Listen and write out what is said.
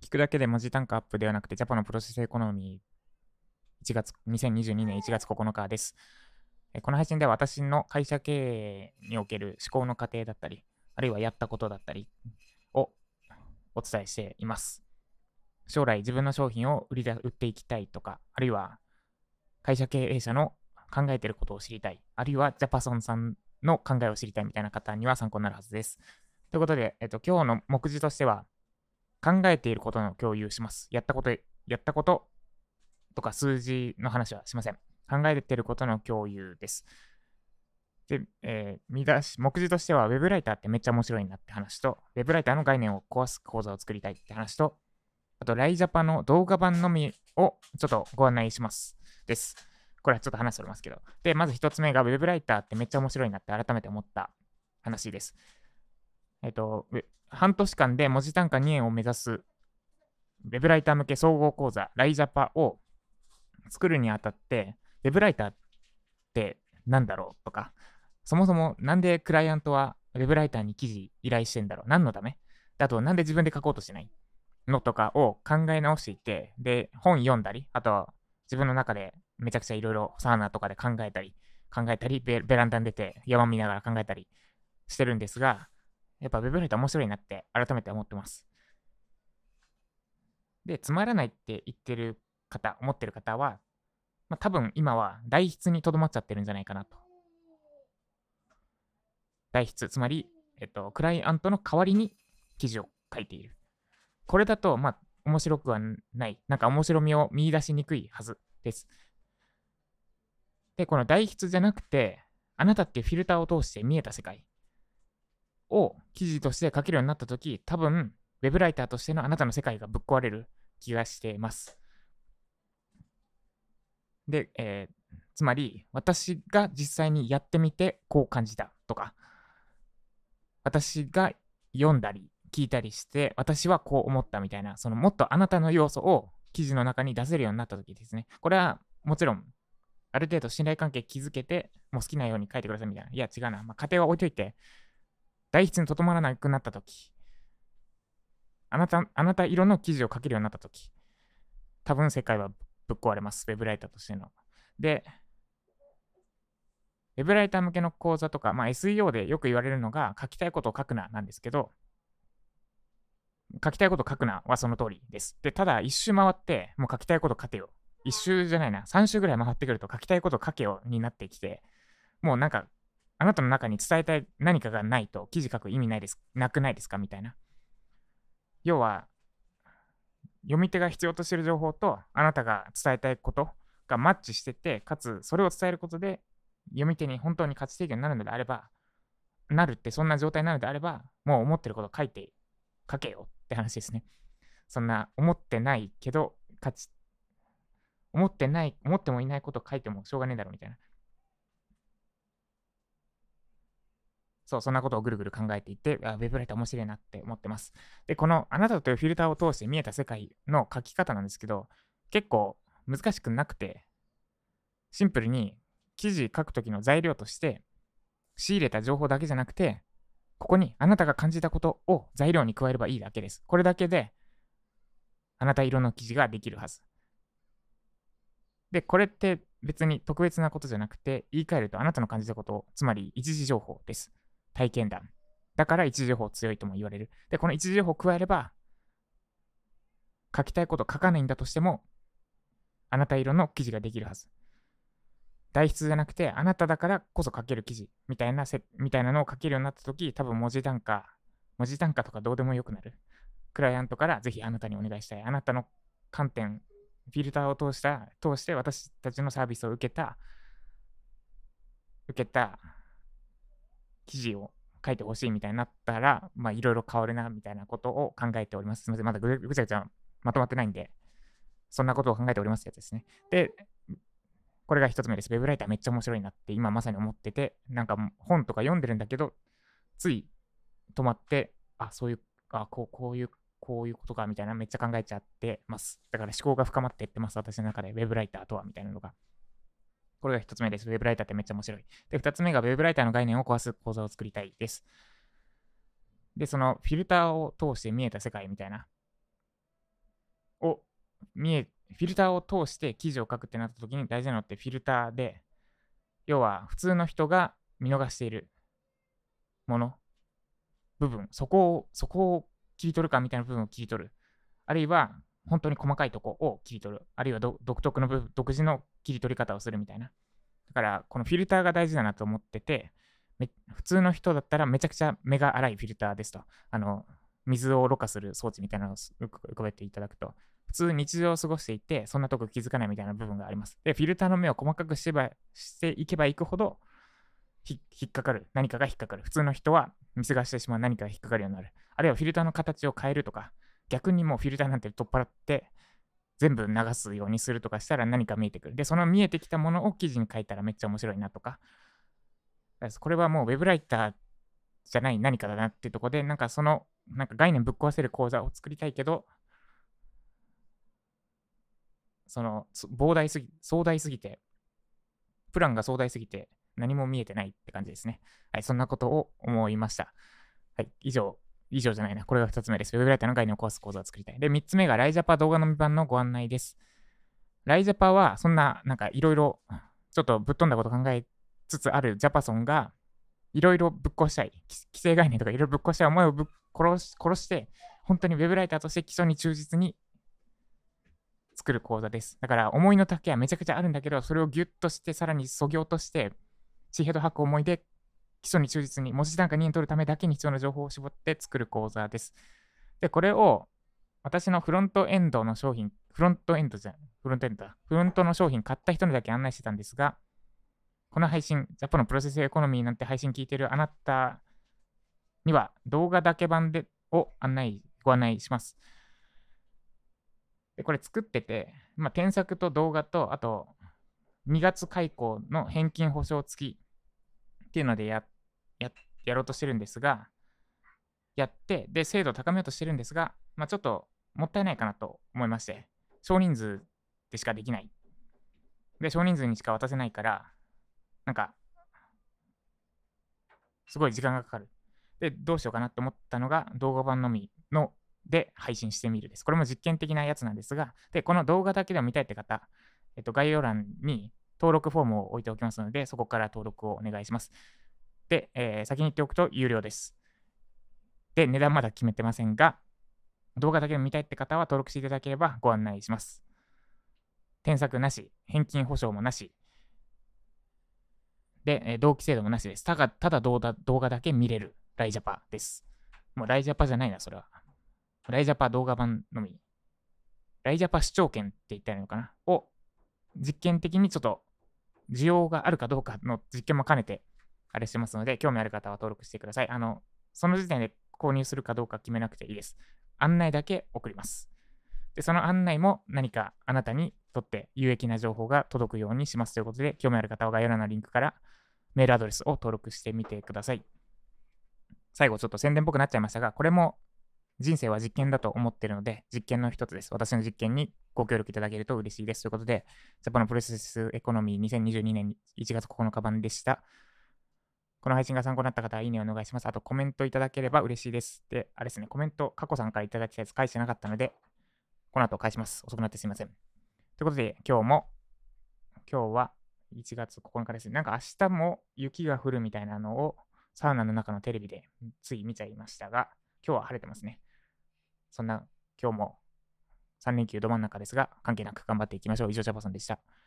聞くだけで文字単価アップではなくて、ジャパのプロセスエコノミー2022年1月9日です。この配信では私の会社経営における思考の過程だったり、あるいはやったことだったりをお伝えしています。将来自分の商品を売っていきたいとか、あるいは会社経営者の考えていることを知りたい、あるいはジャパソンさんの考えを知りたいみたいな方には参考になるはずです。ということで、今日の目次としては、考えていることの共有します。やったこととか数字の話はしません。考えていることの共有です。で、目次としては、ウェブライターってめっちゃ面白いなって話と、ウェブライターの概念を壊す講座を作りたいって話と、あと、ライジャパの動画版のみをちょっとご案内します。です。これはちょっと話しておりますけど。で、まず一つ目が、ウェブライターってめっちゃ面白いなって改めて思った話です。半年間で文字単価2円を目指すウェブライター向け総合講座、ライジャパを作るにあたって、ウェブライターって何だろうとか、そもそもなんでクライアントはウェブライターに記事依頼してんだろう、何のためあとなんで自分で書こうとしないのとかを考え直していて、で、本読んだり、あとは自分の中でめちゃくちゃいろいろサウナとかで考えたり、ベランダに出て山見ながら考えたりしてるんですが、やっぱウェブライター面白いなって改めて思ってます。で、つまらないって思ってる方は、多分今は代筆にとどまっちゃってるんじゃないかなと。代筆、つまり、クライアントの代わりに記事を書いている。これだと、面白くはない。なんか面白みを見出しにくいはずです。で、この代筆じゃなくて、あなたっていうフィルターを通して見えた世界を記事として書けるようになったとき、多分、ウェブライターとしてのあなたの世界がぶっ壊れる気がしています。で、つまり、私が実際にやってみてこう感じたとか、私が読んだり聞いたりして、私はこう思ったみたいな、そのもっとあなたの要素を記事の中に出せるようになった時ですね。これはもちろん、ある程度信頼関係築けて、もう好きなように書いてくださいみたいな。いや、違うな。過程は置いといて、代筆にとどまらなくなった時、あなた色の記事を書けるようになった時、多分世界はぶっ壊れます。ウェブライターとしての。で、ウェブライター向けの講座とか、SEO でよく言われるのが、書きたいことを書くななんですけど、書きたいこと書くなはその通りです。で、ただ一周回って、もう書きたいこと書けよ。一周じゃないな、3周ぐらい回ってくると書きたいこと書けよになってきて、もうなんか、あなたの中に伝えたい何かがないと記事書く意味なくないですかみたいな。要は、読み手が必要としている情報とあなたが伝えたいことがマッチしてて、かつそれを伝えることで読み手に本当に価値提供になるのであれば、そんな状態になるのであれば、もう思ってること書けよって話ですね。そんな思ってないけど、思ってもいないこと書いてもしょうがねえだろみたいな。そう、そんなことをぐるぐる考えていて、ウェブライター面白いなって思ってます。で、このあなたというフィルターを通して見えた世界の書き方なんですけど、結構難しくなくて、シンプルに記事書くときの材料として仕入れた情報だけじゃなくて、ここにあなたが感じたことを材料に加えればいいだけです。これだけであなた色の記事ができるはず。で、これって別に特別なことじゃなくて、言い換えるとあなたの感じたこと、つまり一時情報です。体験談。だから一時情報強いとも言われる。で、この一時情報を加えれば、書きたいこと書かないんだとしても、あなた色の記事ができるはず。代筆じゃなくて、あなただからこそ書ける記事みたいなのを書けるようになったとき、多分文字単価とかどうでもよくなる。クライアントからぜひあなたにお願いしたい。あなたの観点、フィルターを通して私たちのサービスを受けた記事を書いてほしいみたいになったら、いろいろ変わるなみたいなことを考えております。すみません、まだぐちゃぐちゃまとまってないんで、そんなことを考えておりますってやつですね。で、これが一つ目です。ウェブライターめっちゃ面白いなって今まさに思ってて、なんか本とか読んでるんだけど、つい止まって、こういうことかみたいなめっちゃ考えちゃってます。だから思考が深まっていってます。私の中でウェブライターとはみたいなのが。これが一つ目です。ウェブライターってめっちゃ面白い。で、二つ目がウェブライターの概念を壊す講座を作りたいです。で、そのフィルターを通して見えた世界みたいなフィルターを通して記事を書くってなった時に大事なのってフィルターで、要は普通の人が見逃しているもの、部分、そこを切り取るかみたいな部分を切り取る。あるいは、本当に細かいとこを切り取る。あるいは独特の独自の切り取り方をするみたいな。だから、このフィルターが大事だなと思ってて、普通の人だったらめちゃくちゃ目が粗いフィルターですと。水をろ過する装置みたいなのを浮かべていただくと、普通日常を過ごしていて、そんなとこ気づかないみたいな部分があります。で、フィルターの目を細かくしていけばいくほど、引っかかる。何かが引っかかる。普通の人は見過ごしてしまう何かが引っかかるようになる。あるいはフィルターの形を変えるとか、逆にもうフィルターなんて取っ払って、全部流すようにするとかしたら何か見えてくる。で、その見えてきたものを記事に書いたらめっちゃ面白いなとか。これはもうウェブライターじゃない何かだなっていうところで、なんか概念ぶっ壊せる講座を作りたいけど、壮大すぎて、プランが壮大すぎて何も見えてないって感じですね。はい、そんなことを思いました。はい、以上じゃないな。これが2つ目です。ウェブライターの概念を壊す講座を作りたい。で、3つ目がライジャパ動画のみ版のご案内です。ライジャパは、そんな、なんかいろいろ、ちょっとぶっ飛んだこと考えつつあるジャパソンが、いろいろぶっ壊したい。既成概念とかいろいろぶっ壊したい思いを殺して、本当にウェブライターとして基礎に忠実に作る講座です。だから思いの丈はめちゃくちゃあるんだけど、それをギュッとして、さらに削ぎ落として、地ヘド吐く思いで基礎に忠実に、文字単価2に取るためだけに必要な情報を絞って作る講座です。で、これを私のフロントエンドの商品、フロントの商品買った人にだけ案内してたんですが、この配信、ジャパのプロセスエコノミーなんて配信聞いてるあなたには動画だけ版をご案内します。で、これ作ってて、添削と動画と、あと、2月開講の返金保証付きっていうのでやろうとしてるんですが、やって、で、精度を高めようとしてるんですが、ちょっともったいないかなと思いまして、少人数でしかできない。で、少人数にしか渡せないから、なんか、すごい時間がかかる。で、どうしようかなと思ったのが、動画版のみで配信してみるです。これも実験的なやつなんですが、で、この動画だけでも見たいって方、概要欄に登録フォームを置いておきますので、そこから登録をお願いします。で、先に言っておくと有料です。で、値段まだ決めてませんが、動画だけでも見たいって方は登録していただければご案内します。添削なし、返金保証もなし、で、同期制度もなしです。ただ動画だけ見れるライジャパです。もうライジャパじゃないな、それは。ライジャパ動画版のみ。ライジャパ視聴権って言ったらいいのかなを実験的にちょっと需要があるかどうかの実験も兼ねてあれしてますので、興味ある方は登録してください。その時点で購入するかどうか決めなくていいです。案内だけ送ります。で、その案内も何かあなたにとって有益な情報が届くようにしますということで、興味ある方は概要欄のリンクからメールアドレスを登録してみてください。最後ちょっと宣伝っぽくなっちゃいましたが、これも人生は実験だと思っているので、実験の一つです。私の実験にご協力いただけると嬉しいです。ということで、ジャパンのプロセスエコノミー2022年1月9日版でした。この配信が参考になった方は、いいねをお願いします。あと、コメントいただければ嬉しいです。で、あれですね、コメント、過去さんからいただきたやつ返してなかったので、この後返します。遅くなってすいません。ということで、今日は1月9日です。なんか明日も雪が降るみたいなのをサウナの中のテレビでつい見ちゃいましたが、今日は晴れてますね。そんな今日も3連休ど真ん中ですが、関係なく頑張っていきましょう。以上、ジャパソンでした。